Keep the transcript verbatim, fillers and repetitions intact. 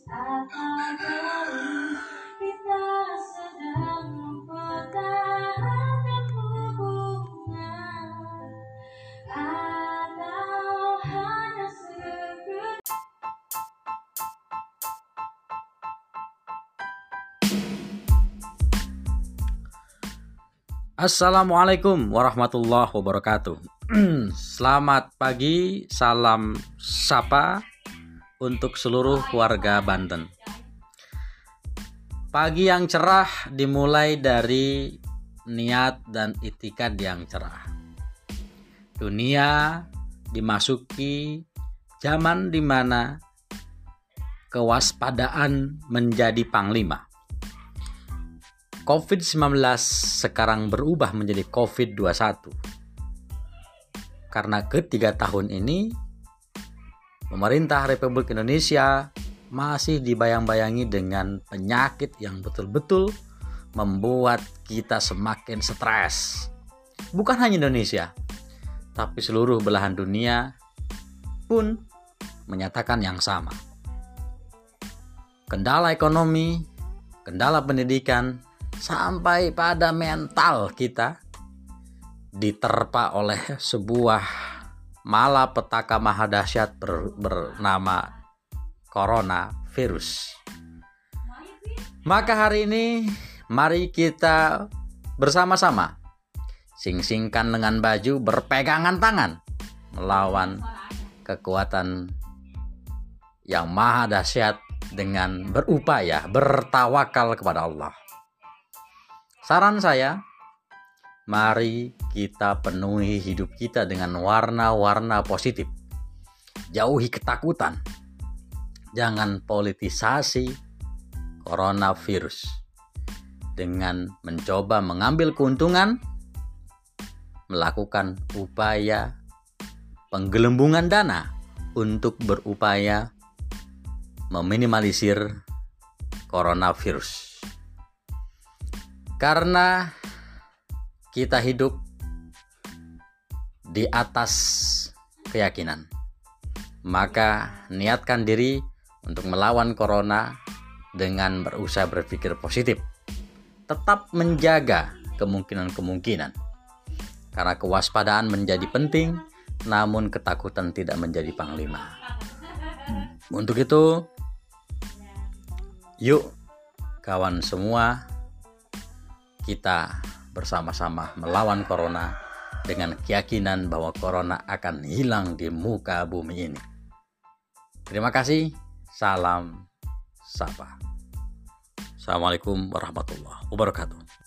Apalagi kita sedang mempertahankan hubungan, atau hanya sekedar. Assalamualaikum warahmatullahi wabarakatuh. Selamat pagi, salam sapa untuk seluruh warga Banten. Pagi yang cerah dimulai dari niat dan itikad yang cerah. Dunia dimasuki zaman di mana kewaspadaan menjadi panglima. covid sembilan belas sekarang berubah menjadi covid dua puluh satu. Karena ketiga tahun ini, pemerintah Republik Indonesia masih dibayang-bayangi dengan penyakit yang betul-betul membuat kita semakin stres. Bukan hanya Indonesia, tapi seluruh belahan dunia pun menyatakan yang sama. Kendala ekonomi, kendala pendidikan, sampai pada mental kita diterpa oleh sebuah malapetaka maha dahsyat ber, bernama coronavirus. Maka hari ini mari kita bersama-sama sing-singkan lengan baju, berpegangan tangan melawan kekuatan yang maha dahsyat dengan berupaya bertawakal kepada Allah. Saran saya, mari kita penuhi hidup kita dengan warna-warna positif. Jauhi ketakutan. Jangan politisasi coronavirus. Dengan mencoba mengambil keuntungan, melakukan upaya penggelembungan dana untuk berupaya meminimalisir coronavirus. Karena kita hidup di atas keyakinan, maka niatkan diri untuk melawan corona dengan berusaha berpikir positif. Tetap menjaga kemungkinan-kemungkinan. Karena kewaspadaan menjadi penting, namun ketakutan tidak menjadi panglima. Untuk itu, yuk kawan semua, kita bersama-sama melawan corona dengan keyakinan bahwa corona akan hilang di muka bumi ini. Terima kasih. Salam sapa. Assalamualaikum warahmatullahi wabarakatuh.